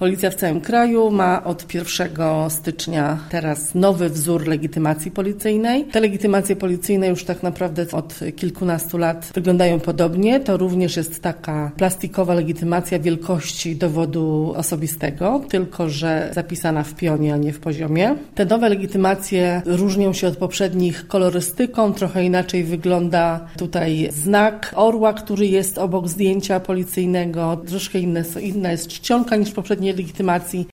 Policja w całym kraju ma od 1 stycznia teraz nowy wzór legitymacji policyjnej. Te legitymacje policyjne już tak naprawdę od kilkunastu lat wyglądają podobnie. To również jest taka plastikowa legitymacja wielkości dowodu osobistego, tylko że zapisana w pionie, a nie w poziomie. Te nowe legitymacje różnią się od poprzednich kolorystyką. Trochę inaczej wygląda tutaj znak orła, który jest obok zdjęcia policyjnego. Troszkę inna jest czcionka niż w poprzedniej legitymacji.